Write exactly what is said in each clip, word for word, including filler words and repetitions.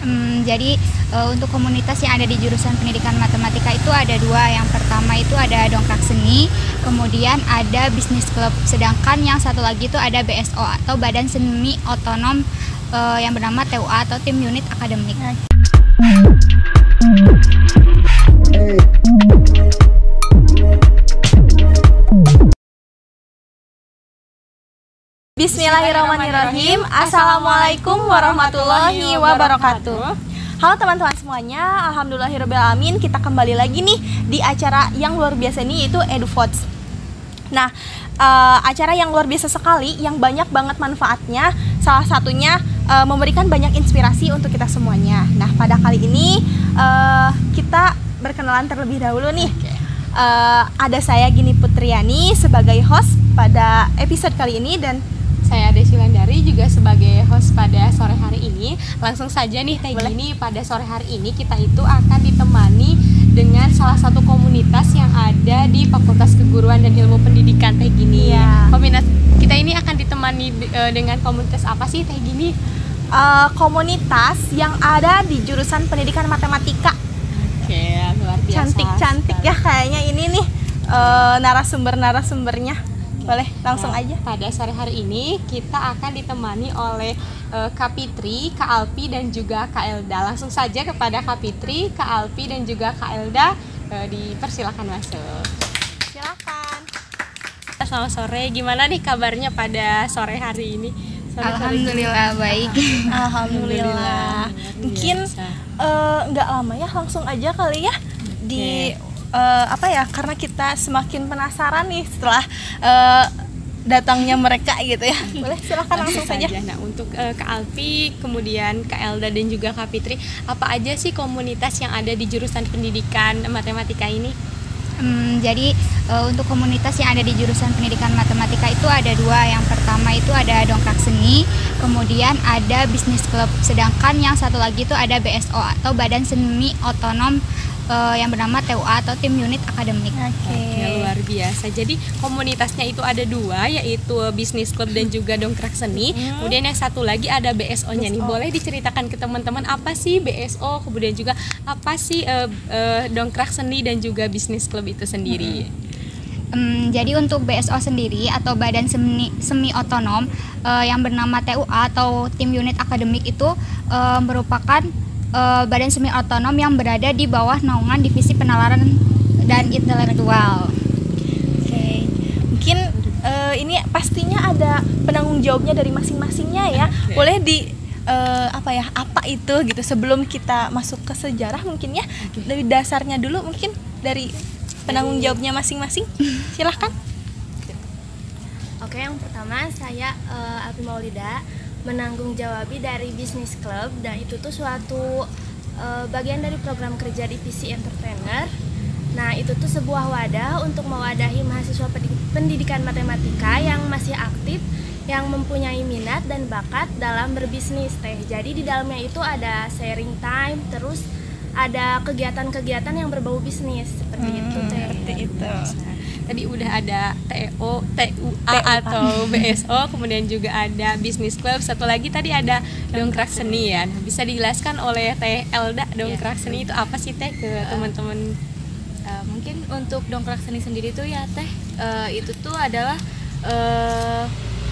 Hmm, jadi uh, untuk komunitas yang ada di jurusan pendidikan matematika itu ada dua. Yang pertama itu ada dongkrak seni, kemudian ada bisnis klub. Sedangkan yang satu lagi itu ada B S O atau Badan Semi Otonom uh, yang bernama T U A atau Tim Unit Akademik. Bismillahirrahmanirrahim. Assalamualaikum warahmatullahi wabarakatuh. Halo teman-teman semuanya, alhamdulillahirrahmanirrahim. Kita kembali lagi nih di acara yang luar biasa ini, yaitu EduVotes. Nah, uh, acara yang luar biasa sekali, yang banyak banget manfaatnya. Salah satunya uh, memberikan banyak inspirasi untuk kita semuanya. Nah, pada kali ini uh, kita berkenalan terlebih dahulu nih. Uh, ada saya Gini Putriani sebagai host pada episode kali ini, dan saya Desi Landari juga sebagai host pada sore hari ini. Langsung saja nih Teh Gini, pada sore hari ini kita itu akan ditemani dengan salah satu komunitas yang ada di Fakultas Keguruan dan Ilmu Pendidikan Teh Gini. Ya. Komunitas kita ini akan ditemani uh, dengan komunitas apa sih Teh Gini? Uh, komunitas yang ada di jurusan Pendidikan Matematika. Oke, luar biasa. Cantik-cantik ya kayaknya ini nih uh, narasumber-narasumbernya. Boleh langsung nah, aja. Pada sore hari ini kita akan ditemani oleh uh, Kak Fitri, Kak Alpi, dan juga Kak Elda. Langsung saja kepada Kak Fitri, Kak Alpi, dan juga Kak Elda, uh, dipersilakan masuk. Silakan. Selamat sore, gimana nih kabarnya pada sore hari ini? Sore Alhamdulillah hari baik. Alhamdulillah. Mungkin nggak uh, lama ya, langsung aja kali ya di okay. Uh, apa ya, karena kita semakin penasaran nih setelah uh, datangnya mereka gitu ya. Boleh silakan langsung saja. Nah, untuk uh, Kak Alfi, kemudian Kak Elda, dan juga Kak Fitri, apa aja sih komunitas yang ada di jurusan pendidikan matematika ini? Hmm, jadi uh, untuk komunitas yang ada di jurusan pendidikan matematika itu ada dua. Yang pertama itu ada dongkrak seni, kemudian ada bisnis klub. Sedangkan yang satu lagi itu ada B S O atau Badan Semi Otonom Uh, yang bernama T U A atau Tim Unit Akademik. Oke, okay. Luar biasa. Jadi komunitasnya itu ada dua, yaitu bisnis klub dan juga dongkrak seni. Hmm. Kemudian yang satu lagi ada B S O-nya nih. Boleh diceritakan ke teman-teman apa sih B S O, kemudian juga apa sih uh, uh, dongkrak seni dan juga bisnis klub itu sendiri? Hmm. Um, jadi untuk B S O sendiri atau Badan Semi, Semi Otonom uh, yang bernama T U A atau Tim Unit Akademik itu uh, merupakan Uh, badan semi otonom yang berada di bawah naungan divisi penalaran dan intelektual. Oke, okay. Mungkin uh, ini pastinya ada penanggung jawabnya dari masing-masingnya ya. Okay. Boleh di uh, apa ya, apa itu gitu sebelum kita masuk ke sejarah mungkin ya. Okay. Dari dasarnya dulu mungkin dari penanggung jawabnya masing-masing. Silahkan. Oke, okay, yang pertama saya uh, Alfi Maulida, menanggung jawabi dari bisnis klub, dan itu tuh suatu uh, bagian dari program kerja divisi entrepreneur. Nah, itu tuh sebuah wadah untuk mewadahi mahasiswa pendidikan matematika yang masih aktif, yang mempunyai minat dan bakat dalam berbisnis teh. Jadi di dalamnya itu ada sharing time, terus ada kegiatan-kegiatan yang berbau bisnis seperti hmm, itu teh. Seperti itu. Tadi udah ada T O, T U A atau B S O, kemudian juga ada bisnis klub, satu lagi tadi ada dongkrak seni ya. Bisa dijelaskan oleh Teh Elda, dongkrak ya. Seni itu apa sih Teh ke uh, teman-teman? Uh, mungkin untuk dongkrak seni sendiri tuh ya Teh, uh, itu tuh adalah uh,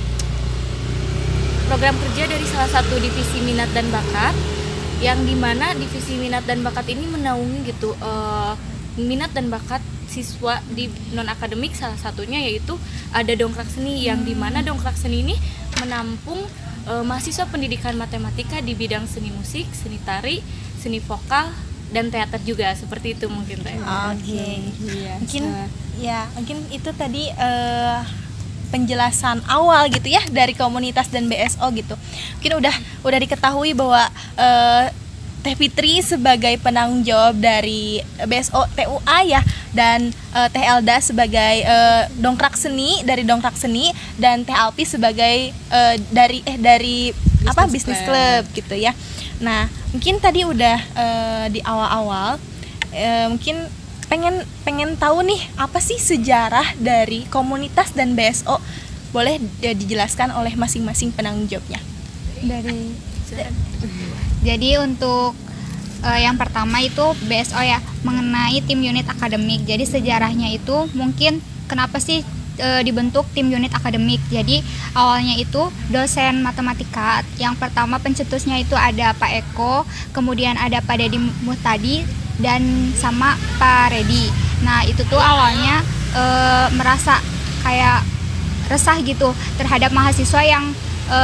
program kerja dari salah satu divisi minat dan bakat, yang dimana divisi minat dan bakat ini menaungi gitu uh, minat dan bakat siswa di non akademik. Salah satunya yaitu ada dongkrak seni, yang dimana dongkrak seni ini menampung e, mahasiswa pendidikan matematika di bidang seni musik, seni tari, seni vokal, dan teater juga, seperti itu mungkin Teh. Oke, okay. Yes. Mungkin ya mungkin itu tadi uh, penjelasan awal gitu ya dari komunitas dan B S O gitu. Mungkin udah udah diketahui bahwa uh, Teh Fitri sebagai penanggung jawab dari B S O T U A ya, dan uh, Teh Elda sebagai uh, dongkrak seni dari dongkrak seni, dan Teh Alpi sebagai uh, dari eh dari business apa bisnis club gitu ya. Nah, mungkin tadi udah uh, di awal-awal uh, mungkin pengen pengen tahu nih apa sih sejarah dari komunitas dan B S O. Boleh uh, dijelaskan oleh masing-masing penanggung jawabnya. Dari Jadi untuk uh, yang pertama itu B S O ya, mengenai tim unit akademik. Jadi sejarahnya itu mungkin kenapa sih e, dibentuk tim unit akademik. Jadi awalnya itu dosen matematika. Yang pertama pencetusnya itu ada Pak Eko, kemudian ada Pak Dedi Muhtadi dan sama Pak Redi. Nah itu tuh awalnya e, merasa kayak resah gitu terhadap mahasiswa yang e,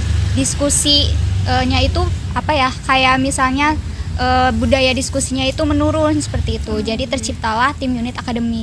diskusinya itu apa ya, kayak misalnya e, budaya diskusinya itu menurun seperti itu. Jadi terciptalah tim unit akademik.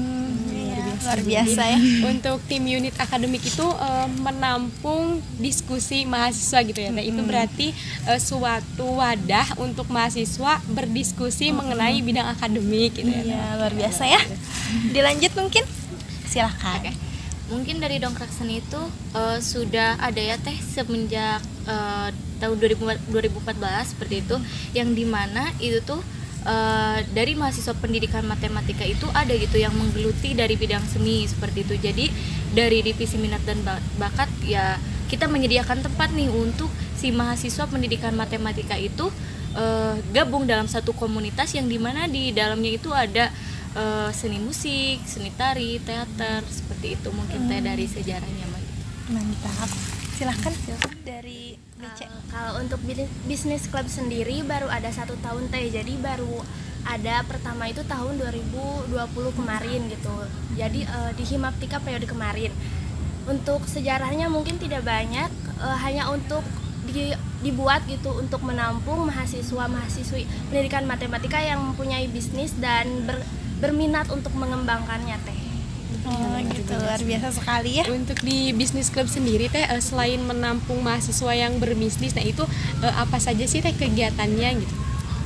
Luar biasa ya. Untuk tim unit akademik itu uh, menampung diskusi mahasiswa gitu ya. Nah, itu berarti uh, suatu wadah untuk mahasiswa berdiskusi hmm. mengenai bidang akademik gitu ya. Iya, luar biasa ya. Dilanjut mungkin. Silakan. Okay. Mungkin dari Dongkrak Seni itu uh, sudah ada ya teh semenjak uh, tahun dua ribu empat belas seperti itu, yang dimana itu tuh Uh, dari mahasiswa pendidikan matematika itu ada gitu yang menggeluti dari bidang seni seperti itu. Jadi dari divisi minat dan bakat ya kita menyediakan tempat nih untuk si mahasiswa pendidikan matematika itu uh, gabung dalam satu komunitas yang dimana di dalamnya itu ada uh, seni musik, seni tari, teater seperti itu. Mungkin teh dari sejarahnya mah gitu. Mantap. Silahkan, silahkan dari B C. Uh, kalau untuk bisnis klub sendiri baru ada satu tahun teh, jadi baru ada pertama itu tahun dua ribu dua puluh kemarin gitu. Jadi uh, di Himaptika periode kemarin. Untuk sejarahnya mungkin tidak banyak, uh, hanya untuk di, dibuat gitu untuk menampung mahasiswa-mahasiswi pendidikan matematika yang mempunyai bisnis dan ber, berminat untuk mengembangkannya teh. Oh gitu, luar biasa sekali ya. Untuk di bisnis klub sendiri teh selain menampung mahasiswa yang berbisnis, nah itu apa saja sih teh kegiatannya gitu?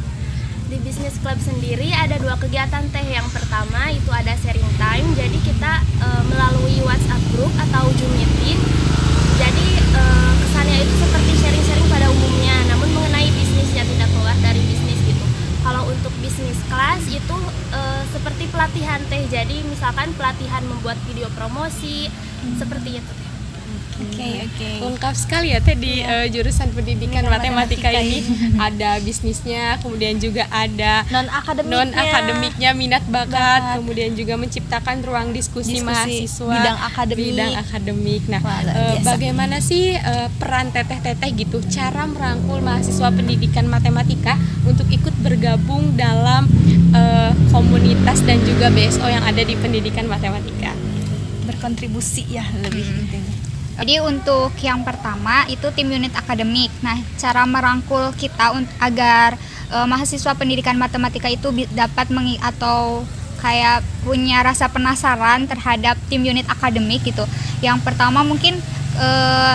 Di bisnis klub sendiri ada dua kegiatan teh. Yang pertama itu ada sharing time. Jadi kita e, melalui WhatsApp group atau Zoom meeting. Jadi e, kesannya itu seperti sharing-sharing pada umumnya, namun mengenai bisnisnya, tidak keluar dari bisnis gitu. Kalau untuk bisnis kelas itu e, seperti pelatihan teh. Jadi misalkan pelatihan membuat video promosi hmm. seperti itu teh. Oke okay, oke. Okay. Lengkap sekali ya teh di yeah. uh, jurusan pendidikan matematika, matematika ini. Ada bisnisnya, kemudian juga ada non akademiknya, non akademiknya minat bakat, Bakat. kemudian juga menciptakan ruang diskusi, diskusi mahasiswa bidang akademik. Bidang akademik. Nah, Wah, uh, bagaimana sih uh, peran teteh-teteh gitu, cara merangkul mahasiswa pendidikan matematika untuk ikut bergabung dalam uh, komunitas dan juga B S O yang ada di pendidikan matematika? Berkontribusi ya lebih hmm. intinya. Jadi untuk yang pertama itu tim unit akademik. Nah, cara merangkul kita un- agar e, mahasiswa pendidikan matematika itu bi- dapat mengi- atau kayak punya rasa penasaran terhadap tim unit akademik gitu. Yang pertama mungkin e,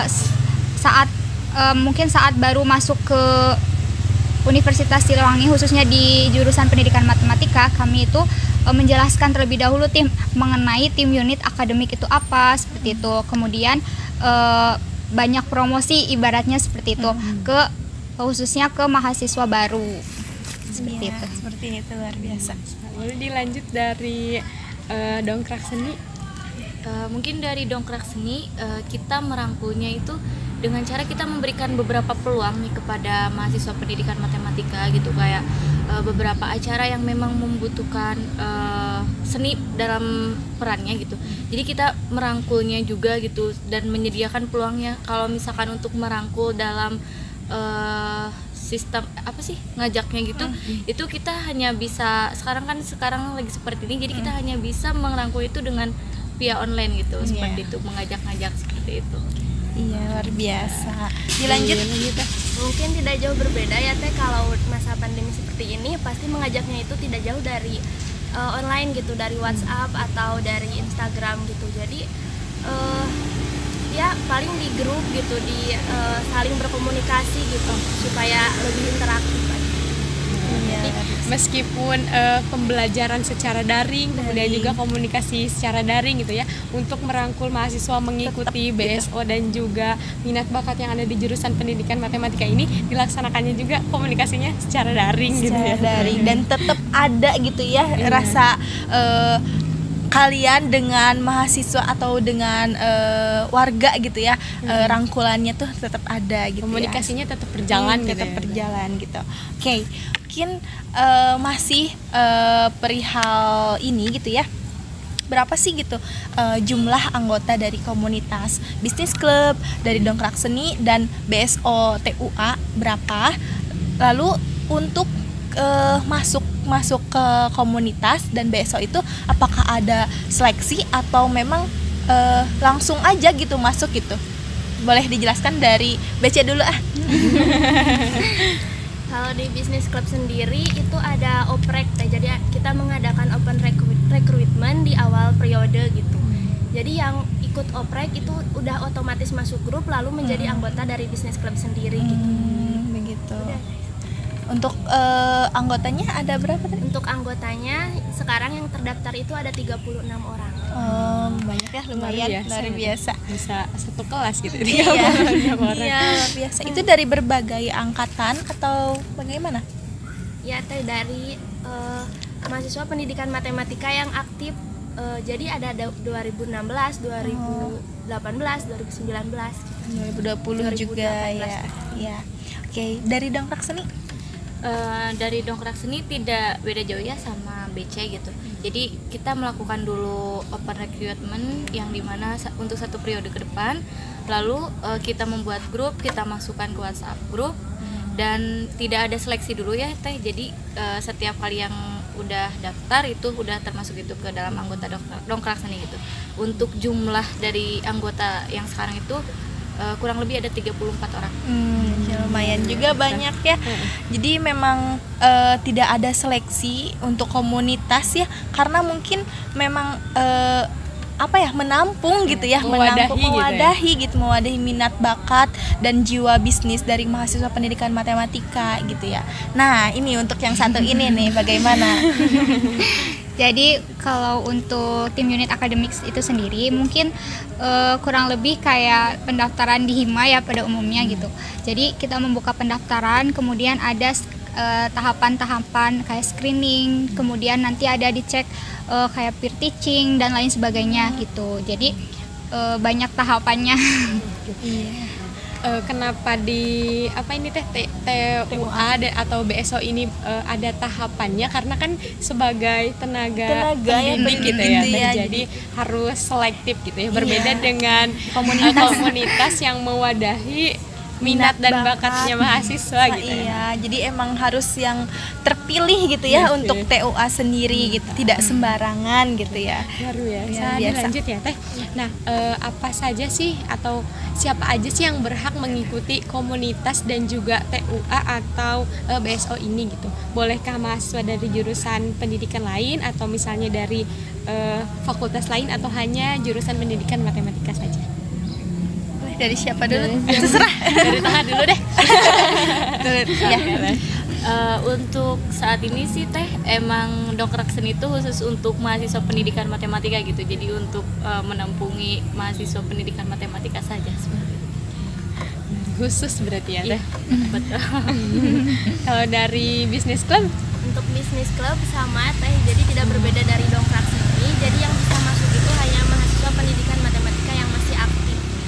saat e, mungkin saat baru masuk ke Universitas Siliwangi khususnya di jurusan pendidikan matematika, kami itu e, menjelaskan terlebih dahulu tim mengenai tim unit akademik itu apa seperti itu. Kemudian Uh, banyak promosi ibaratnya seperti itu mm-hmm. ke khususnya ke mahasiswa baru seperti iya, itu. Seperti itu luar biasa. Lalu dilanjut dari uh, Dongkrak Seni. Uh, mungkin dari Dongkrak Seni uh, kita merangkulnya itu dengan cara kita memberikan beberapa peluang nih kepada mahasiswa pendidikan matematika gitu, kayak uh, beberapa acara yang memang membutuhkan uh, seni dalam perannya gitu. Jadi kita merangkulnya juga gitu dan menyediakan peluangnya. Kalau misalkan untuk merangkul dalam uh, sistem apa sih ngajaknya gitu, hmm. itu kita hanya bisa sekarang kan sekarang lagi seperti ini, jadi kita hmm. hanya bisa merangkul itu dengan via online gitu, yeah. seperti itu, mengajak-ngajak seperti itu. Iya, luar biasa. Dilanjut. Iya, mungkin tidak jauh berbeda ya teh, kalau masa pandemi seperti ini pasti mengajaknya itu tidak jauh dari uh, online gitu, dari WhatsApp atau dari Instagram gitu. Jadi uh, ya paling di grup gitu, di uh, saling berkomunikasi gitu supaya lebih interaktif aja. Iya. Meskipun uh, pembelajaran secara daring, daring, kemudian juga komunikasi secara daring gitu ya, untuk merangkul mahasiswa mengikuti tetap, B S O gitu. Dan juga minat bakat yang ada di jurusan pendidikan matematika ini dilaksanakannya juga komunikasinya secara daring secara gitu ya. Daring dan tetap ada gitu ya, iya. rasa uh, kalian dengan mahasiswa atau dengan uh, warga gitu ya, hmm. uh, rangkulannya tuh tetap ada gitu. Komunikasinya ya. tetap berjalan hmm, gitu tetap ya. berjalan gitu. Oke, okay. Mungkin uh, masih uh, perihal ini gitu ya. Berapa sih gitu uh, jumlah anggota dari komunitas bisnis club, dari Dongkrak Seni dan B S O T U A berapa? Lalu untuk uh, masuk masuk ke komunitas dan B S O itu apakah ada seleksi atau memang uh, langsung aja gitu masuk gitu? Boleh dijelaskan dari B C dulu ah. Kalau di bisnis club sendiri itu ada oprek, jadi kita mengadakan open recruitment di awal periode gitu. Jadi yang ikut oprek itu udah otomatis masuk grup lalu menjadi hmm. anggota dari bisnis club sendiri hmm, gitu. Begitu. Udah. Untuk uh, anggotanya ada berapa tadi? Untuk anggotanya sekarang yang terdaftar itu ada tiga puluh enam orang. Oh, banyak ya, lumayan, luar biasa, luar biasa. Bisa satu kelas gitu. Iya, iya, luar biasa. Itu dari berbagai angkatan atau bagaimana? Ya, dari uh, mahasiswa pendidikan matematika yang aktif. Uh, jadi ada dua ribu enam belas, dua ribu delapan belas, dua ribu sembilan belas, dua ribu dua puluh juga ya. Ya. Oke, dari Dongkrak Seni? Uh, dari Dongkrak Seni tidak beda jauh ya sama B C gitu. Jadi kita melakukan dulu open recruitment yang dimana untuk satu periode ke depan, lalu uh, kita membuat grup, kita masukkan ke WhatsApp grup dan tidak ada seleksi dulu ya Teh. Jadi uh, setiap kali yang udah daftar itu udah termasuk itu ke dalam anggota Dongkrak Seni gitu. Untuk jumlah dari anggota yang sekarang itu uh, kurang lebih ada tiga puluh empat orang. Hmm, lumayan juga banyak ya. Jadi memang uh, tidak ada seleksi untuk komunitas ya, karena mungkin memang uh, apa ya menampung gitu ya, mewadahi menampung mewadahi gitu, ya? gitu mewadahi minat bakat dan jiwa bisnis dari mahasiswa pendidikan matematika gitu ya. Nah, ini untuk yang satu ini nih bagaimana? Jadi kalau untuk tim unit akademik itu sendiri mungkin uh, kurang lebih kayak pendaftaran di Hima ya pada umumnya gitu. Jadi kita membuka pendaftaran, kemudian ada uh, tahapan-tahapan kayak screening, kemudian nanti ada dicek uh, kayak peer teaching dan lain sebagainya gitu. Jadi uh, banyak tahapannya. Iya. Uh, kenapa di apa ini teh T U A atau B S O ini uh, ada tahapannya, karena kan sebagai tenaga, tenaga pendidik gitu ya, gitu ya. Jadi harus selektif gitu ya, berbeda iya. dengan komunitas uh, komunitas yang mewadahi minat dan bakat. bakatnya mahasiswa gitu iya, ya. Jadi emang harus yang terpilih gitu ya, ya untuk T U A sendiri gitu, tidak sembarangan gitu ya. Luar biasa. Ya, lanjut ya Teh. Nah, eh, apa saja sih atau siapa aja sih yang berhak mengikuti komunitas dan juga T U A atau eh, B S O ini gitu? Bolehkah mahasiswa dari jurusan pendidikan lain atau misalnya dari eh, fakultas lain atau hanya jurusan pendidikan matematika saja? Dari siapa dulu? Terserah. Dari tengah dulu deh. Ya. Uh, untuk saat ini sih Teh emang Dongkrak Seni itu khusus untuk mahasiswa pendidikan matematika gitu. Jadi untuk uh, menampungi mahasiswa pendidikan matematika saja sebenarnya. Khusus berarti ya Teh. Betul. Kalau dari bisnis club? Untuk bisnis club sama Teh, jadi tidak berbeda dari Dongkrak Seni. Jadi yang bisa masuk itu hanya mahasiswa pendidikan matematika yang masih aktif.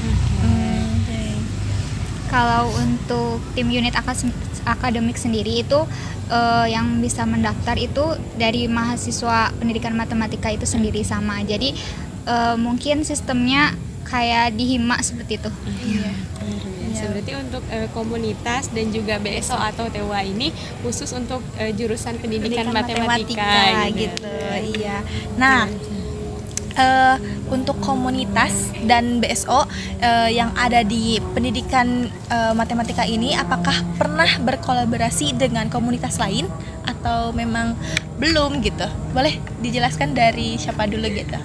Kalau untuk tim unit akademik sendiri itu uh, yang bisa mendaftar itu dari mahasiswa pendidikan matematika itu sendiri sama. Jadi uh, mungkin sistemnya kayak di Hima seperti itu. Iya. Ya, berarti untuk uh, komunitas dan juga B S O atau T U A ini khusus untuk uh, jurusan pendidikan, pendidikan matematika, matematika gitu. gitu. Iya. Nah, Uh, untuk komunitas dan B S O uh, yang ada di pendidikan uh, matematika ini, apakah pernah berkolaborasi dengan komunitas lain atau memang belum gitu? Boleh dijelaskan dari siapa dulu gitu?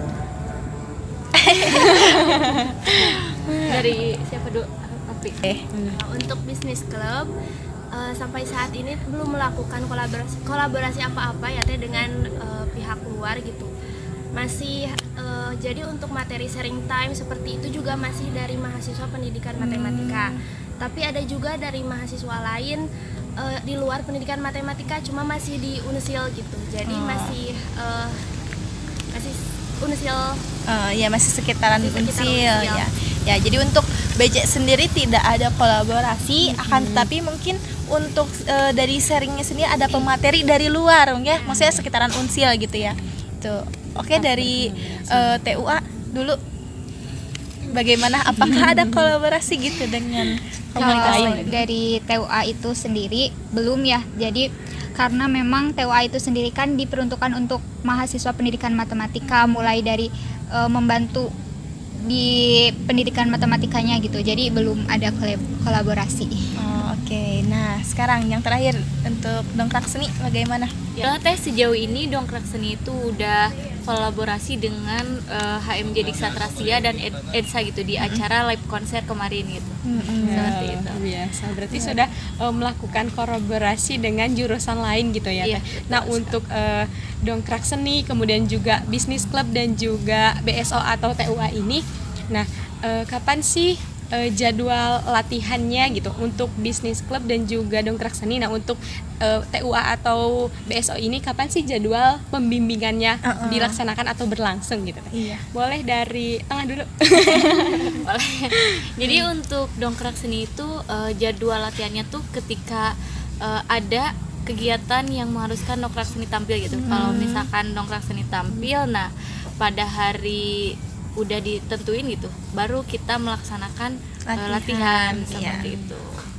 Dari siapa dulu? Apik. Eh. Nah, untuk bisnis club uh, sampai saat ini belum melakukan kolaborasi kolaborasi apa-apa ya Teh dengan uh, pihak luar gitu. Masih uh, jadi untuk materi sharing time seperti itu juga masih dari mahasiswa pendidikan matematika. Hmm. Tapi ada juga dari mahasiswa lain uh, di luar pendidikan matematika, cuma masih di Unsil gitu. Jadi oh. masih uh, masih Unsil. Uh, ya masih sekitaran Masih sekitaran Unsil Unsil. ya. Ya, jadi untuk B C sendiri tidak ada kolaborasi, Mm-hmm. akan tetapi mungkin untuk uh, dari sharingnya sendiri ada pemateri dari luar, ya, maksudnya sekitaran Unsil gitu ya. Tuh, oke dari uh, T U A dulu, bagaimana? Apakah ada kolaborasi gitu dengan komunitas Kalau lain? dari T U A itu sendiri belum ya. Jadi karena memang T U A itu sendiri kan diperuntukkan untuk mahasiswa pendidikan matematika, mulai dari e, membantu di pendidikan matematikanya gitu. Jadi belum ada kolab- kolaborasi. Oh, oke. Nah, sekarang yang terakhir untuk Dongkrak Seni bagaimana? Ya, teh sejauh ini Dongkrak Seni itu udah kolaborasi dengan eh, H M J Diksatrasia dan Ed- EDSA gitu di acara live konser kemarin gitu. Seperti itu. Luar biasa. Berarti sudah eh, melakukan kolaborasi dengan jurusan lain gitu ya. Iya, Teh? Nah, untuk eh, Dongkrak Seni, kemudian juga Bisnis Club dan juga B S O atau T U A ini, nah eh, kapan sih eh, jadwal latihannya gitu untuk Bisnis Club dan juga Dongkrak Seni? Nah, untuk eh, T U A atau B S O ini kapan sih jadwal pembimbingannya Uh-uh. dilaksanakan atau berlangsung gitu? Teh? Iya. Boleh dari tengah dulu. Boleh. Jadi untuk Dongkrak Seni itu eh, jadwal latihannya tuh ketika eh, ada kegiatan yang mengharuskan Dongkrak Seni tampil gitu. Kalau misalkan Dongkrak Seni tampil, nah pada hari udah ditentuin gitu, baru kita melaksanakan eh, Latihan, latihan, iya. seperti itu.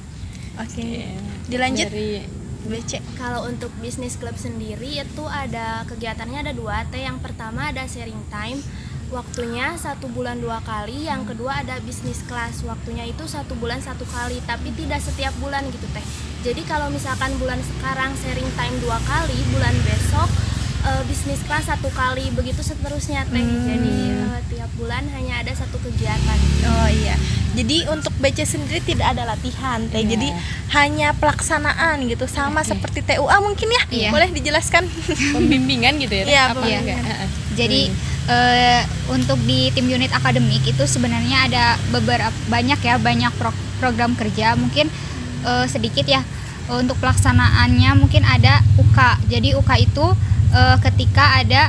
Oke. Dilanjut Dari B C. Kalau untuk bisnis club sendiri itu ada kegiatannya ada dua. T yang pertama ada sharing time, waktunya satu bulan dua kali. Yang kedua ada bisnis kelas, waktunya itu satu bulan satu kali, tapi tidak setiap bulan gitu teh. Jadi kalau misalkan bulan sekarang sharing time dua kali, bulan besok eh, bisnis kelas satu kali, begitu seterusnya teh. Jadi eh, tiap bulan hanya ada satu kegiatan. Oh iya. Jadi untuk B C sendiri tidak ada latihan, Teh. Iya. Jadi hanya pelaksanaan gitu, sama seperti T U A mungkin ya. Iya. Boleh dijelaskan? pembimbingan gitu ya? Teh? Iya, Apa pembimbingan. enggak? Heeh. Jadi eh, untuk di tim unit akademik itu sebenarnya ada beberapa banyak ya banyak pro- program kerja. Mungkin eh, sedikit ya untuk pelaksanaannya mungkin ada U K. Jadi U K itu eh, ketika ada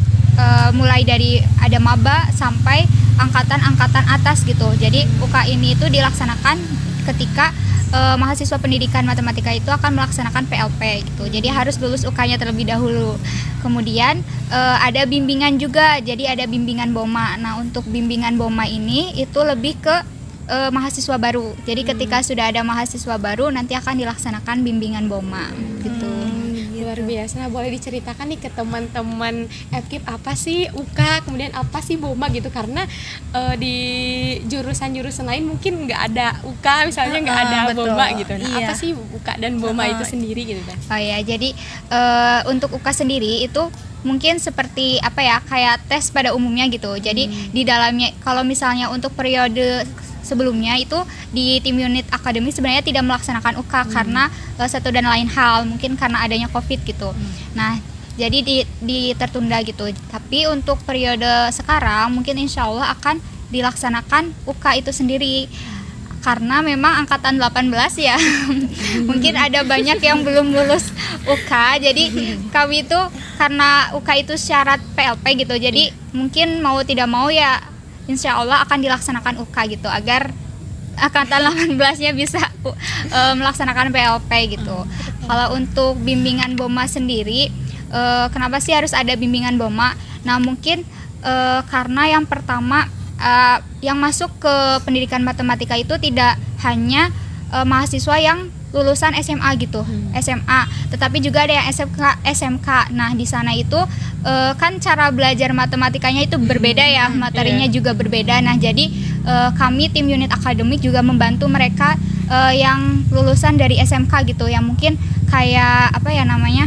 eh, mulai dari ada maba sampai angkatan-angkatan atas gitu. Jadi U K ini itu dilaksanakan ketika eh, mahasiswa pendidikan matematika itu akan melaksanakan P L P gitu. Jadi harus lulus U K-nya terlebih dahulu. Kemudian eh, ada bimbingan juga. Jadi ada bimbingan BOMA. Nah, untuk bimbingan BOMA ini itu lebih ke eh, mahasiswa baru. Jadi ketika sudah ada mahasiswa baru nanti akan dilaksanakan bimbingan BOMA gitu. Luar biasa. Nah, boleh diceritakan nih ke teman-teman F K I P apa sih U K, kemudian apa sih BOMA gitu, karena eh, di jurusan-jurusan lain mungkin nggak ada U K misalnya, nggak Ah, ada betul. BOMA gitu. Nah, Iya. apa sih U K dan BOMA Ah. itu sendiri gitu kan? Oh ya, jadi eh, untuk U K sendiri itu mungkin seperti apa ya, kayak tes pada umumnya gitu. Jadi di dalamnya kalau misalnya untuk periode sebelumnya itu di tim unit akademik sebenarnya tidak melaksanakan U K karena eh, satu dan lain hal, mungkin karena adanya Covid gitu. Nah, jadi di, di tertunda gitu. Tapi untuk periode sekarang mungkin insya Allah akan dilaksanakan U K itu sendiri. Karena memang angkatan delapan belas ya mungkin ada banyak yang belum lulus U K. Jadi kami itu karena U K itu syarat P L P gitu, jadi mungkin mau tidak mau ya insya Allah akan dilaksanakan U K gitu, agar angkatan delapan belasnya bisa e, melaksanakan P L P gitu. Kalau untuk bimbingan BOMA sendiri, e, kenapa sih harus ada bimbingan BOMA? Nah, mungkin e, karena yang pertama, Uh, yang masuk ke pendidikan matematika itu tidak hanya uh, mahasiswa yang lulusan S M A gitu, S M A, tetapi juga ada yang S M K, S M K. Nah, di sana itu uh, kan cara belajar matematikanya itu berbeda ya, materinya juga berbeda. Nah, jadi uh, kami tim unit akademik juga membantu mereka uh, yang lulusan dari S M K gitu, yang mungkin kayak apa ya namanya,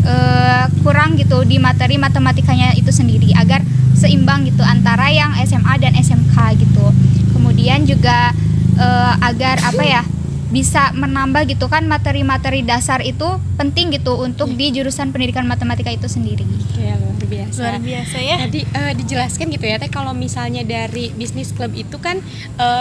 uh, kurang gitu di materi matematikanya itu sendiri, agar seimbang gitu antara yang S M A dan S M K gitu. Kemudian juga eh, agar apa ya, bisa menambah gitu kan materi-materi dasar itu penting gitu untuk di jurusan pendidikan matematika itu sendiri. Ya, luar biasa. Luar biasa ya. Tadi eh, dijelaskan gitu ya Teh, kalau misalnya dari bisnis club itu kan eh,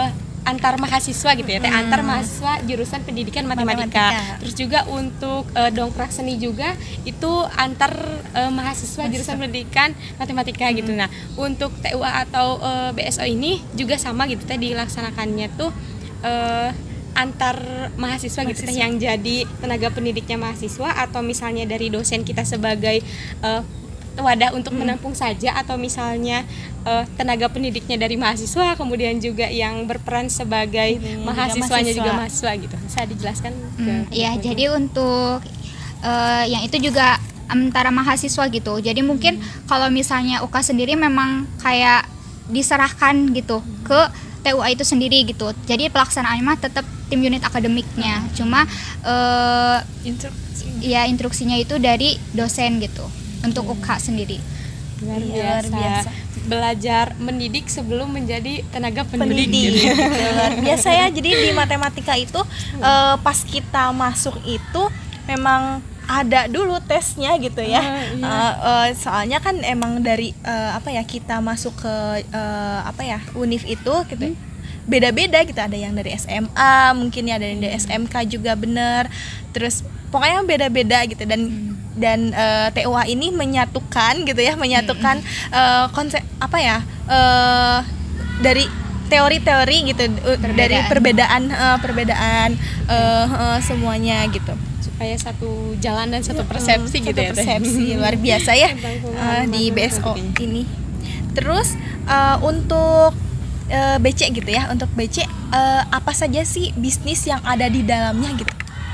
antar mahasiswa gitu ya, teh Hmm. antar mahasiswa jurusan pendidikan matematika. Matematika. Terus juga untuk uh, dongkrak seni juga itu antar uh, mahasiswa jurusan pendidikan matematika gitu. Nah, untuk T U A atau uh, B S O ini juga sama gitu teh, dilaksanakannya tuh uh, antar mahasiswa, gitu teh, yang jadi tenaga pendidiknya mahasiswa atau misalnya dari dosen kita sebagai uh, wadah untuk Hmm. menampung saja, atau misalnya uh, tenaga pendidiknya dari mahasiswa kemudian juga yang berperan sebagai Ini juga mahasiswanya juga mahasiswa. mahasiswa gitu. Bisa dijelaskan ke Hmm, Iya, Bu? jadi untuk eh, yang itu juga antara mahasiswa gitu. Jadi mungkin kalau misalnya U K sendiri memang kayak diserahkan gitu ke T U A itu sendiri gitu. Jadi pelaksanaannya mah tetap tim unit akademiknya. Cuma eh, ya instruksinya itu dari dosen gitu untuk U K sendiri. luar Iya, biasa. luar biasa. Belajar mendidik sebelum menjadi tenaga pendidik, pendidik gitu. gitu. Luar biasa ya. Jadi di matematika itu eh, pas kita masuk itu memang ada dulu tesnya gitu ya. Ah, iya. Eh, eh, soalnya kan emang dari eh, apa ya, kita masuk ke eh, apa ya, univ itu gitu. Beda-beda gitu, ada yang dari S M A, mungkin ya ada yang dari S M K juga bener. Terus pokoknya beda-beda gitu, dan dan eh, T U A ini menyatukan gitu ya, menyatukan eh, konsep apa ya, eh, dari teori-teori gitu, eh, dari perbedaan eh, perbedaan eh, eh, semuanya gitu. Supaya satu jalan dan satu persepsi Hmm, gitu satu ya, Teh. persepsi luar biasa ya Tentang eh, pemahaman di B S O matematika. ini. Terus eh, untuk eh, B C gitu ya, untuk B C eh, apa saja sih bisnis yang ada di dalamnya gitu?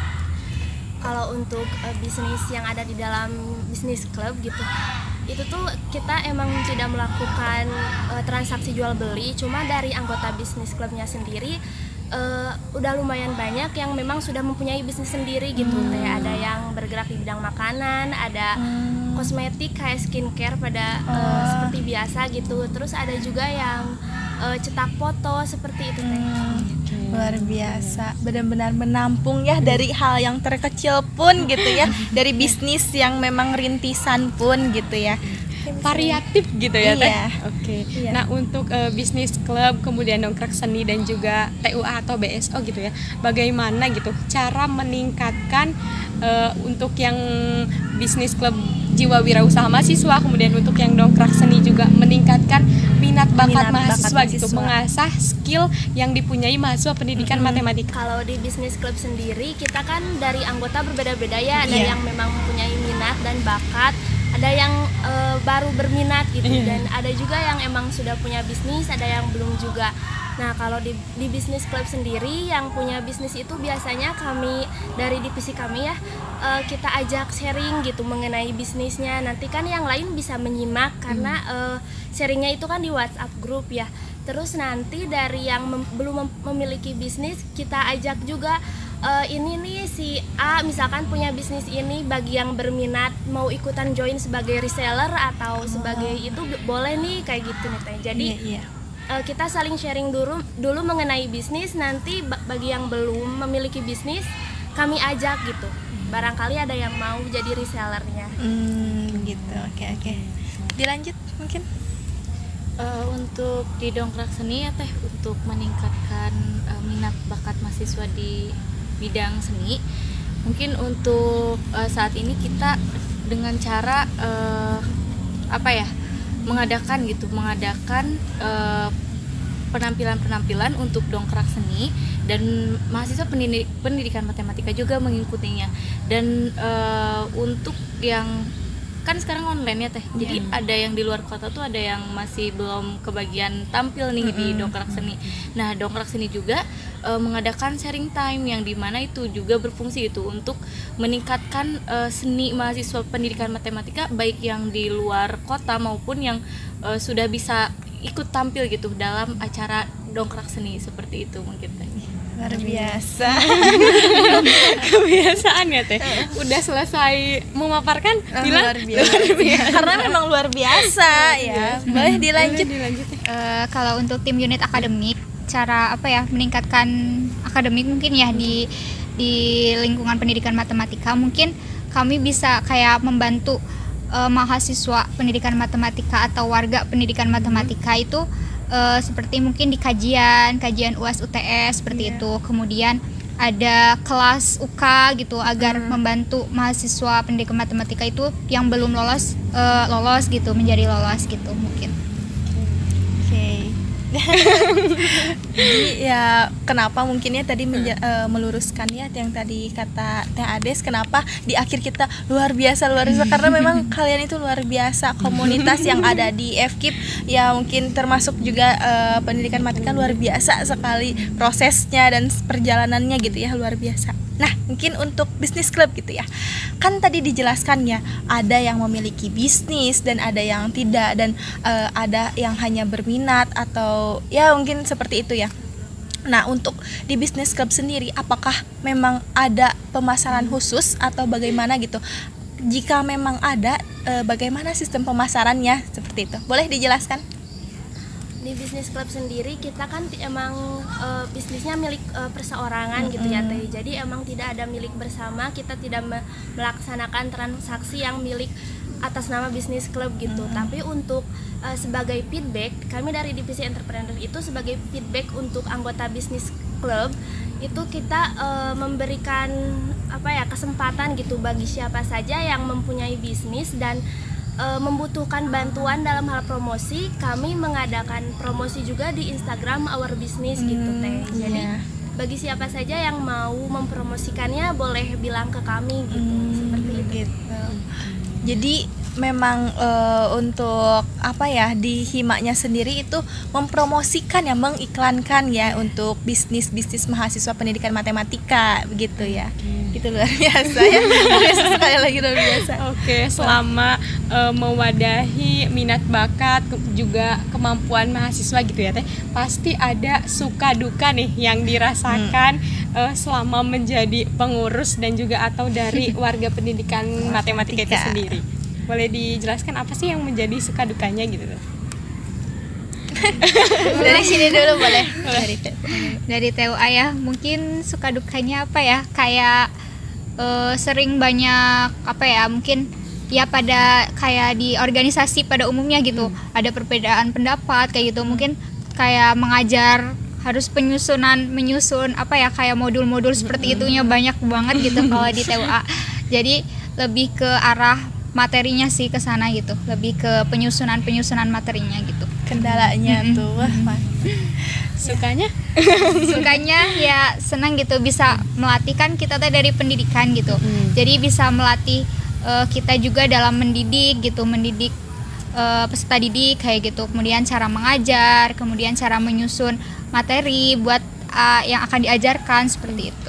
Kalau untuk eh, bisnis yang ada di dalam bisnis klub gitu, itu tuh kita emang tidak melakukan eh, transaksi jual beli, cuma dari anggota bisnis klubnya sendiri eh, udah lumayan banyak yang memang sudah mempunyai bisnis sendiri gitu. Kayak ada yang bergerak di bidang makanan, ada kosmetik kayak skincare pada eh, seperti biasa gitu. Terus ada juga yang eh, cetak foto seperti itu teh. Luar biasa, benar-benar menampung ya dari hal yang terkecil pun gitu ya, dari bisnis yang memang rintisan pun gitu ya. Variatif gitu ya, Teh. Iya. Oke. Iya. Nah, untuk eh, bisnis klub, kemudian dongkrak seni dan juga T U A atau B S O gitu ya. Bagaimana gitu cara meningkatkan eh, untuk yang bisnis klub jiwa wirausaha mahasiswa, kemudian untuk yang dongkrak seni juga meningkatkan minat bakat Minat bakat mahasiswa gitu, mahasiswa. mengasah skill yang dipunyai mahasiswa pendidikan matematika. Kalau di bisnis klub sendiri kita kan dari anggota berbeda-beda ya, ada Iya. yang memang mempunyai minat dan bakat, ada yang eh, baru berminat gitu, Iya. dan ada juga yang emang sudah punya bisnis, ada yang belum juga. Nah kalau di, di bisnis klub sendiri yang punya bisnis itu biasanya kami dari divisi kami ya, eh, kita ajak sharing gitu mengenai bisnisnya. Nanti kan yang lain bisa menyimak karena eh, sharingnya itu kan di WhatsApp grup ya. Terus nanti dari yang mem- belum mem- memiliki bisnis kita ajak juga, e, ini nih si A misalkan punya bisnis ini, bagi yang berminat mau ikutan join sebagai reseller atau sebagai itu b- boleh nih kayak gitu nih Teh. Jadi Iya, iya. e, kita saling sharing dulu dulu mengenai bisnis, nanti ba- bagi yang belum memiliki bisnis kami ajak gitu. Barangkali ada yang mau jadi resellernya. Hmm, gitu. Oke, oke. Dilanjut mungkin. Eh, untuk di dongkrak seni ya Teh, untuk meningkatkan eh, minat bakat mahasiswa di bidang seni, mungkin untuk eh, saat ini kita dengan cara eh, apa ya, mengadakan gitu mengadakan eh, penampilan-penampilan untuk dongkrak seni, dan mahasiswa pendidik, pendidikan matematika juga mengikutinya. Dan eh, untuk yang kan sekarang online ya Teh, jadi ada yang di luar kota tuh ada yang masih belum kebagian tampil nih di dongkrak seni. Nah dongkrak seni juga e, mengadakan sharing time yang dimana itu juga berfungsi itu untuk meningkatkan e, seni mahasiswa pendidikan matematika, baik yang di luar kota maupun yang e, sudah bisa ikut tampil gitu dalam acara dongkrak seni seperti itu mungkin Teh. Luar biasa. Kebiasaan ya Teh. Udah selesai memaparkan, bilang luar biasa. Karena memang luar biasa ya. Boleh dilanjut. dilanjut Teh. Eh, kalau untuk tim unit akademik, cara apa ya meningkatkan akademik mungkin ya di di lingkungan pendidikan matematika, mungkin kami bisa kayak membantu eh, mahasiswa pendidikan matematika atau warga pendidikan matematika itu uh, seperti mungkin di kajian kajian U A S U T S seperti Iya. itu. Kemudian ada kelas U K gitu agar Hmm. membantu mahasiswa pendidikan matematika itu yang belum lolos uh, lolos gitu menjadi lolos gitu mungkin. Oke. Jadi ya kenapa mungkinnya tadi menja- eh, meluruskan ya yang tadi kata Teh Ades, kenapa di akhir kita luar biasa luar biasa karena memang kalian itu luar biasa, komunitas yang ada di F K I P ya mungkin termasuk juga eh, pendidikan matematika luar biasa sekali prosesnya dan perjalanannya gitu ya, luar biasa. Nah, mungkin untuk bisnis klub gitu ya. Kan tadi dijelaskan ya, ada yang memiliki bisnis dan ada yang tidak, dan eh, ada yang hanya berminat atau ya mungkin seperti itu ya. Nah, untuk di bisnis klub sendiri apakah memang ada pemasaran khusus atau bagaimana gitu? Jika memang ada, eh, bagaimana sistem pemasarannya seperti itu? Boleh dijelaskan? Di bisnis klub sendiri kita kan ti- emang e, bisnisnya milik e, perseorangan gitu ya Teh. Jadi emang tidak ada milik bersama, kita tidak me- melaksanakan transaksi yang milik atas nama bisnis klub gitu. Tapi untuk e, sebagai feedback, kami dari divisi entrepreneur itu sebagai feedback untuk anggota bisnis klub itu kita e, memberikan apa ya kesempatan gitu bagi siapa saja yang mempunyai bisnis dan e, membutuhkan bantuan dalam hal promosi, kami mengadakan promosi juga di Instagram Our Business gitu Teh. Jadi iya. bagi siapa saja yang mau mempromosikannya boleh bilang ke kami gitu. Seperti itu. Gitu. Jadi memang eh, untuk apa ya di Himanya sendiri itu mempromosikan ya, mengiklankan ya untuk bisnis-bisnis mahasiswa pendidikan matematika begitu ya. Gitu luar biasa ya. Luar biasa sekali lagi luar biasa. Oke, selama eh, mewadahi minat bakat ke- juga kemampuan mahasiswa gitu ya Teh, pasti ada suka duka nih yang dirasakan eh, selama menjadi pengurus dan juga atau dari warga pendidikan matematika itu Matematika. sendiri. Boleh dijelaskan apa sih yang menjadi suka dukanya gitu Teh? Dari sini dulu boleh. Dari Dari T U A ya mungkin suka dukanya apa ya, kayak eh, sering banyak apa ya, mungkin ya pada kayak di organisasi pada umumnya gitu ada perbedaan pendapat kayak gitu, mungkin kayak mengajar harus penyusunan menyusun apa ya kayak modul-modul seperti itunya banyak banget gitu kalau di T U A. Jadi lebih ke arah materinya sih ke sana gitu, lebih ke penyusunan-penyusunan materinya gitu. kendalanya tuh. Wah, mantap. Sukanya? Sukanya ya senang gitu bisa melatih, kan kita teh dari pendidikan gitu. Jadi bisa melatih eh, kita juga dalam mendidik gitu, mendidik eh, peserta didik kayak gitu. Kemudian cara mengajar, kemudian cara menyusun materi buat eh, yang akan diajarkan seperti itu.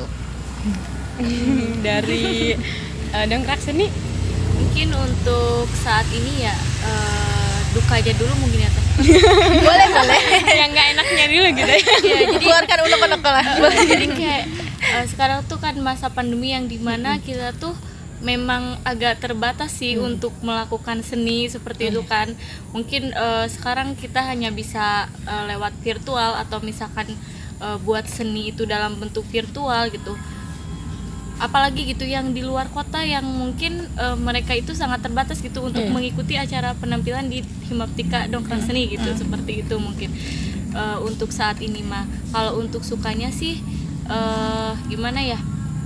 Dari eh, Dongkrak Seni. Mungkin untuk saat ini ya eh, duka aja dulu mungkin ya Teh. Boleh, boleh. Yang nggak enaknya dulu gitu ya. Iya, jadi Keluarkan unek-unek lah. jadi kayak eh, sekarang tuh kan masa pandemi yang dimana kita tuh memang agak terbatas sih untuk melakukan seni seperti itu kan. Mungkin eh, sekarang kita hanya bisa eh, lewat virtual atau misalkan eh, buat seni itu dalam bentuk virtual gitu. Apalagi gitu yang di luar kota yang mungkin eh, mereka itu sangat terbatas gitu untuk mengikuti acara penampilan di Himaptika Dongkrak Seni gitu, seperti itu mungkin. Eh, untuk saat ini mah kalau untuk sukanya sih eh, gimana ya,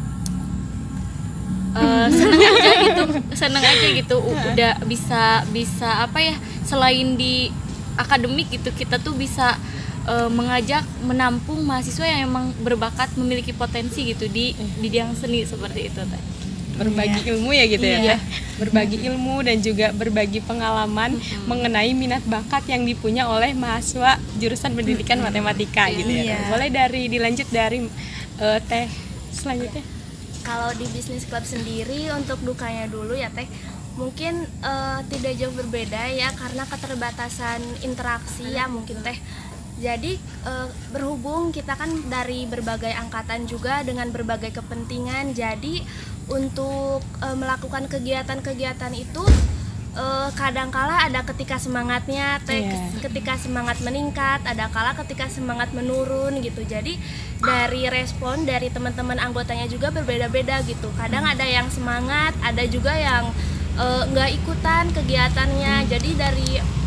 Eh, seneng aja gitu, seneng aja gitu U- udah bisa bisa apa ya, selain di akademik gitu kita tuh bisa eh, mengajak menampung mahasiswa yang emang berbakat memiliki potensi gitu di di bidang seni seperti itu Teh. Berbagi ilmu ya gitu Iya. ya Teh. Berbagi ilmu dan juga berbagi pengalaman mengenai minat bakat yang dipunya oleh mahasiswa jurusan pendidikan matematika gitu ya Teh. Iya. Boleh dari dilanjut dari eh, Teh selanjutnya. Kalau di bisnis klub sendiri untuk dukanya dulu ya Teh, mungkin eh, tidak jauh berbeda ya karena keterbatasan interaksi ya mungkin Teh. Jadi eh, berhubung kita kan dari berbagai angkatan juga dengan berbagai kepentingan, jadi untuk eh, melakukan kegiatan-kegiatan itu eh, kadangkala ada ketika semangatnya Teh, Iya. ketika semangat meningkat, ada kala ketika semangat menurun gitu. Jadi dari respon dari teman-teman anggotanya juga berbeda-beda gitu. Kadang ada yang semangat, ada juga yang eh, nggak ikutan kegiatannya. Jadi dari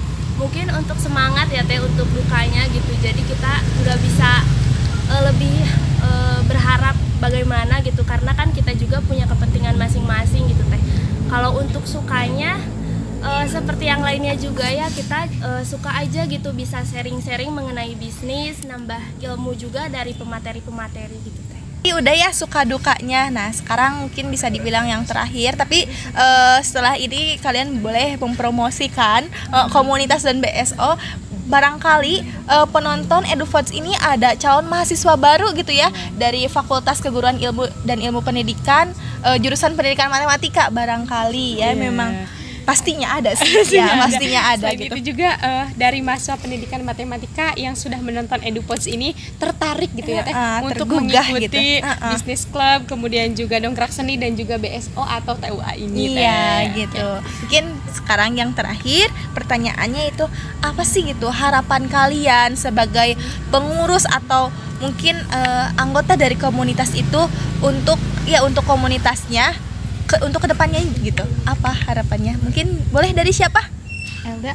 mungkin untuk semangat ya teh untuk dukanya gitu, jadi kita nggak bisa uh, lebih uh, berharap bagaimana gitu, karena kan kita juga punya kepentingan masing-masing gitu teh. Kalau untuk sukanya uh, seperti yang lainnya juga ya, kita uh, suka aja gitu bisa sharing-sharing mengenai bisnis, nambah ilmu juga dari pemateri-pemateri gitu teh. Udah ya suka dukanya. Nah sekarang mungkin bisa dibilang yang terakhir, tapi uh, setelah ini kalian boleh mempromosikan uh, komunitas dan B S O. Barangkali uh, penonton EduVotes ini ada calon mahasiswa baru gitu ya, dari Fakultas Keguruan Ilmu dan Ilmu Pendidikan, uh, jurusan Pendidikan Matematika barangkali ya. Yeah. Memang pastinya ada sih ya, pastinya ada. Selain gitu. Itu juga uh, dari mahasiswa pendidikan matematika yang sudah menonton EduVotes ini tertarik gitu ya teh uh, uh, untuk tergugah mengikuti gitu. uh, uh. bisnis club, kemudian juga dongkrak seni dan juga B S O atau T U A ini. Iya teh. gitu. Mungkin sekarang yang terakhir pertanyaannya itu apa sih gitu harapan kalian sebagai pengurus atau mungkin uh, anggota dari komunitas itu untuk ya untuk komunitasnya ke, untuk kedepannya gitu, apa harapannya? Mungkin boleh dari siapa? Elda.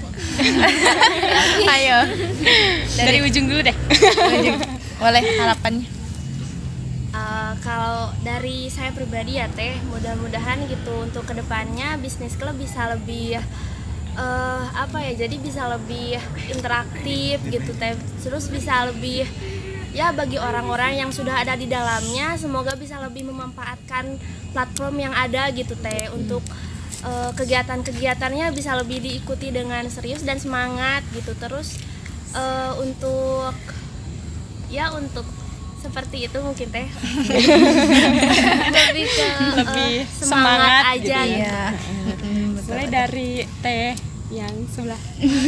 Ayo. Dari, dari ujung dulu deh. Ujung. Boleh harapannya. Uh, kalau dari saya pribadi ya teh, mudah-mudahan gitu untuk kedepannya bisnis klub bisa lebih uh, apa ya, jadi bisa lebih interaktif gitu teh, terus bisa lebih ya bagi orang-orang yang sudah ada di dalamnya, semoga bisa lebih memanfaatkan platform yang ada gitu teh untuk uh, kegiatan-kegiatannya bisa lebih diikuti dengan serius dan semangat gitu. Terus uh, untuk ya untuk seperti itu mungkin teh lebih ke lebih uh, semangat, semangat aja gitu gitu. Ya. Mulai dari teh yang sebelah.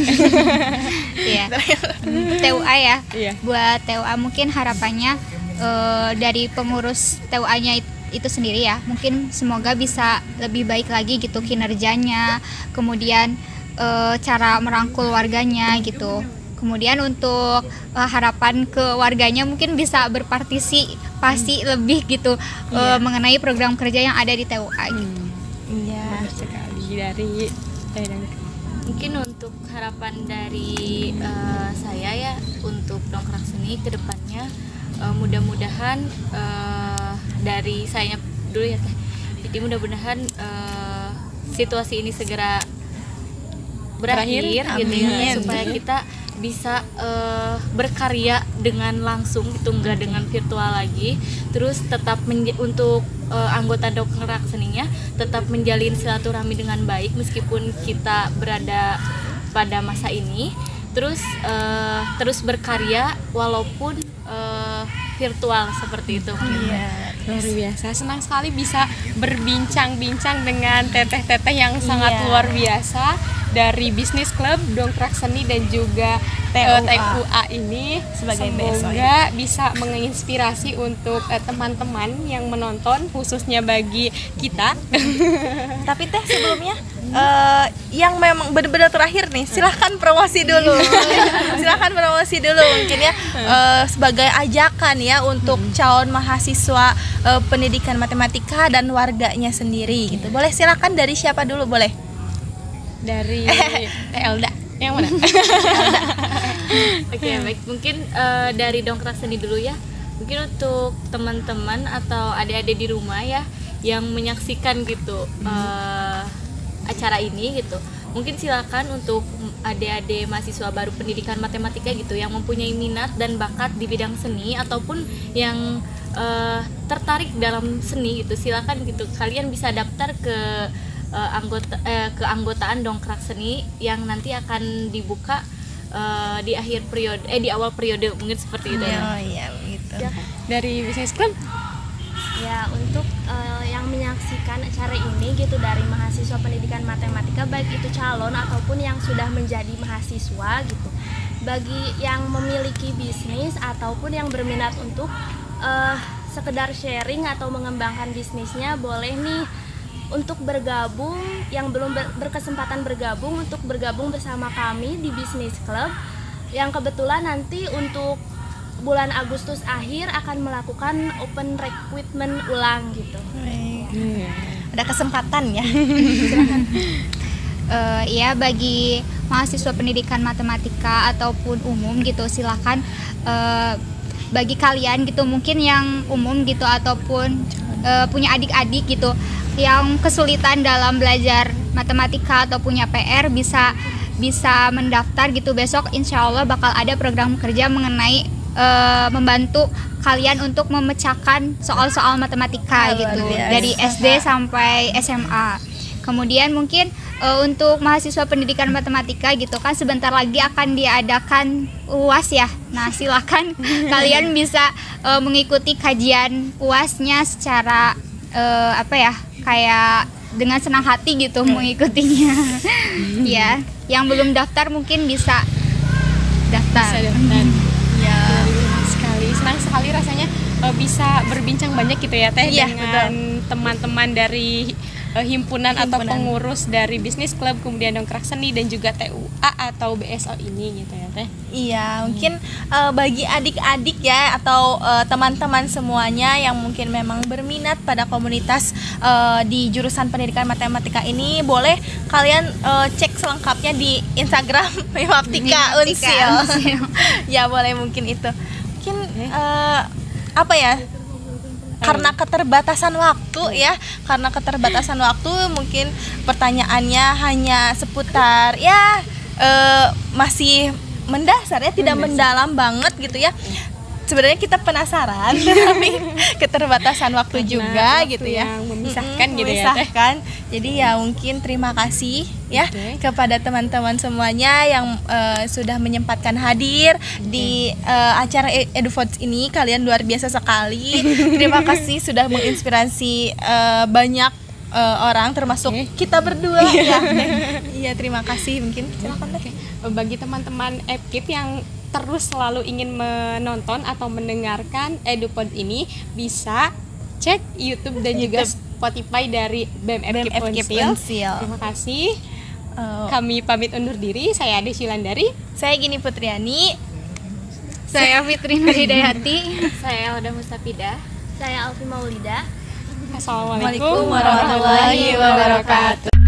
Iya. T U A ya. Iya. Buat T U A mungkin harapannya uh, dari pengurus T U A-nya itu, itu sendiri ya. Mungkin semoga bisa lebih baik lagi gitu kinerjanya, kemudian uh, cara merangkul warganya gitu. Kemudian untuk uh, harapan ke warganya mungkin bisa berpartisipasi hmm. lebih gitu iya. uh, mengenai program kerja yang ada di T U A gitu. Iya. Benar sekali dari teh dan Mungkin untuk harapan dari uh, saya ya untuk dongkrak seni ke depannya, uh, mudah-mudahan uh, dari saya dulu ya teh. Jadi mudah-mudahan uh, situasi ini segera berakhir, Berakhir. gitu ya, Amin. supaya kita bisa uh, berkarya dengan langsung gitu, enggak dengan virtual lagi. Terus tetap menj- untuk uh, anggota dongkrak seninya tetap menjalin silaturahmi dengan baik meskipun kita berada pada masa ini. Terus uh, terus berkarya walaupun uh, virtual seperti itu. Iya. luar biasa. Senang sekali bisa berbincang-bincang dengan teteh-teteh yang sangat Iya. luar biasa dari bisnis klub dongkrak seni dan juga T U A. T U A ini. Sebagai B S O, semoga bisa menginspirasi untuk eh, teman-teman yang menonton, khususnya bagi kita. Tapi teh sebelumnya uh, yang memang benar-benar terakhir nih, silahkan promosi dulu. Silahkan promosi dulu mungkin ya uh, sebagai ajakan ya untuk calon mahasiswa uh, pendidikan matematika dan warganya sendiri gitu. Boleh silahkan dari siapa dulu boleh? Dari eh, Elda. Yang mana? Oke, baik. Mungkin uh, dari dongkrak seni dulu ya. Mungkin untuk teman-teman atau adik-adik di rumah ya yang menyaksikan gitu uh, acara ini gitu. Mungkin silakan untuk adik-adik mahasiswa baru pendidikan matematika gitu yang mempunyai minat dan bakat di bidang seni ataupun yang uh, tertarik dalam seni gitu. Silakan gitu. Kalian bisa daftar ke uh, anggota uh, keanggotaan dongkrak seni yang nanti akan dibuka uh, di akhir periode eh di awal periode mungkin seperti itu ya. Oh iya begitu. Ya, Dari bisnis klub. ya untuk uh, yang menyaksikan acara ini gitu dari mahasiswa pendidikan matematika baik itu calon ataupun yang sudah menjadi mahasiswa gitu. Bagi yang memiliki bisnis ataupun yang berminat untuk uh, sekedar sharing atau mengembangkan bisnisnya, boleh nih untuk bergabung, yang belum ber- berkesempatan bergabung untuk bergabung bersama kami di Bisnis Club yang kebetulan nanti untuk bulan Agustus akhir akan melakukan open recruitment ulang gitu. Hmm. Ada kesempatan ya. Uh, ya bagi mahasiswa pendidikan matematika ataupun umum gitu, silakan uh, bagi kalian gitu mungkin yang umum gitu ataupun uh, punya adik-adik gitu yang kesulitan dalam belajar matematika atau punya P R, bisa bisa mendaftar gitu. Besok insya Allah bakal ada program kerja mengenai uh, membantu kalian untuk memecahkan soal-soal matematika oh, gitu biasa. Dari S D sampai S M A. Kemudian mungkin uh, untuk mahasiswa pendidikan matematika gitu kan sebentar lagi akan diadakan U A S ya. Nah, silakan kalian bisa uh, mengikuti kajian U A S-nya secara uh, apa ya? kayak dengan senang hati gitu mengikutinya. Ya, yang belum daftar mungkin bisa daftar. Bisa daftar. Ya, sekali senang sekali rasanya uh, bisa berbincang banyak gitu ya Teh ya, dengan teman-teman dari uh, himpunan, himpunan atau pengurus dari bisnis klub, kemudian dongkrak seni dan juga T U A atau B S O ini gitu ya Teh. Iya, mungkin uh, bagi adik-adik ya atau uh, teman-teman semuanya yang mungkin memang berminat pada komunitas uh, di jurusan pendidikan matematika ini, boleh kalian uh, cek selengkapnya di Instagram Mimaptika Unsil. Ya, boleh mungkin itu. Mungkin uh, apa ya? Karena keterbatasan waktu ya, karena keterbatasan waktu mungkin pertanyaannya hanya seputar ya uh, masih mendasar ya, tidak mendasar. mendalam banget gitu ya. Sebenarnya kita penasaran tapi keterbatasan waktu karena juga waktu gitu ya, yang memisahkan mm-hmm, gitu memisahkan. ya Teh. Jadi ya mungkin terima kasih ya okay. kepada teman-teman semuanya yang uh, sudah menyempatkan hadir okay. di uh, acara EduFods ini. Kalian luar biasa sekali. Terima kasih sudah menginspirasi uh, banyak uh, orang termasuk okay. kita berdua ya. Iya, terima kasih. Mungkin silakan deh. Bagi teman-teman E P K I P yang terus selalu ingin menonton atau mendengarkan EduPod ini, bisa cek YouTube dan YouTube. juga Spotify dari B M F K I P Unsil. Terima kasih. Uh, Kami pamit undur diri. Saya Ade Shilandari. Saya Gini Putriani. Saya Fitri Nurhidayati. Saya Oda Mustafidah. Saya Alfi Maulida. Assalamualaikum warahmatullahi wabarakatuh.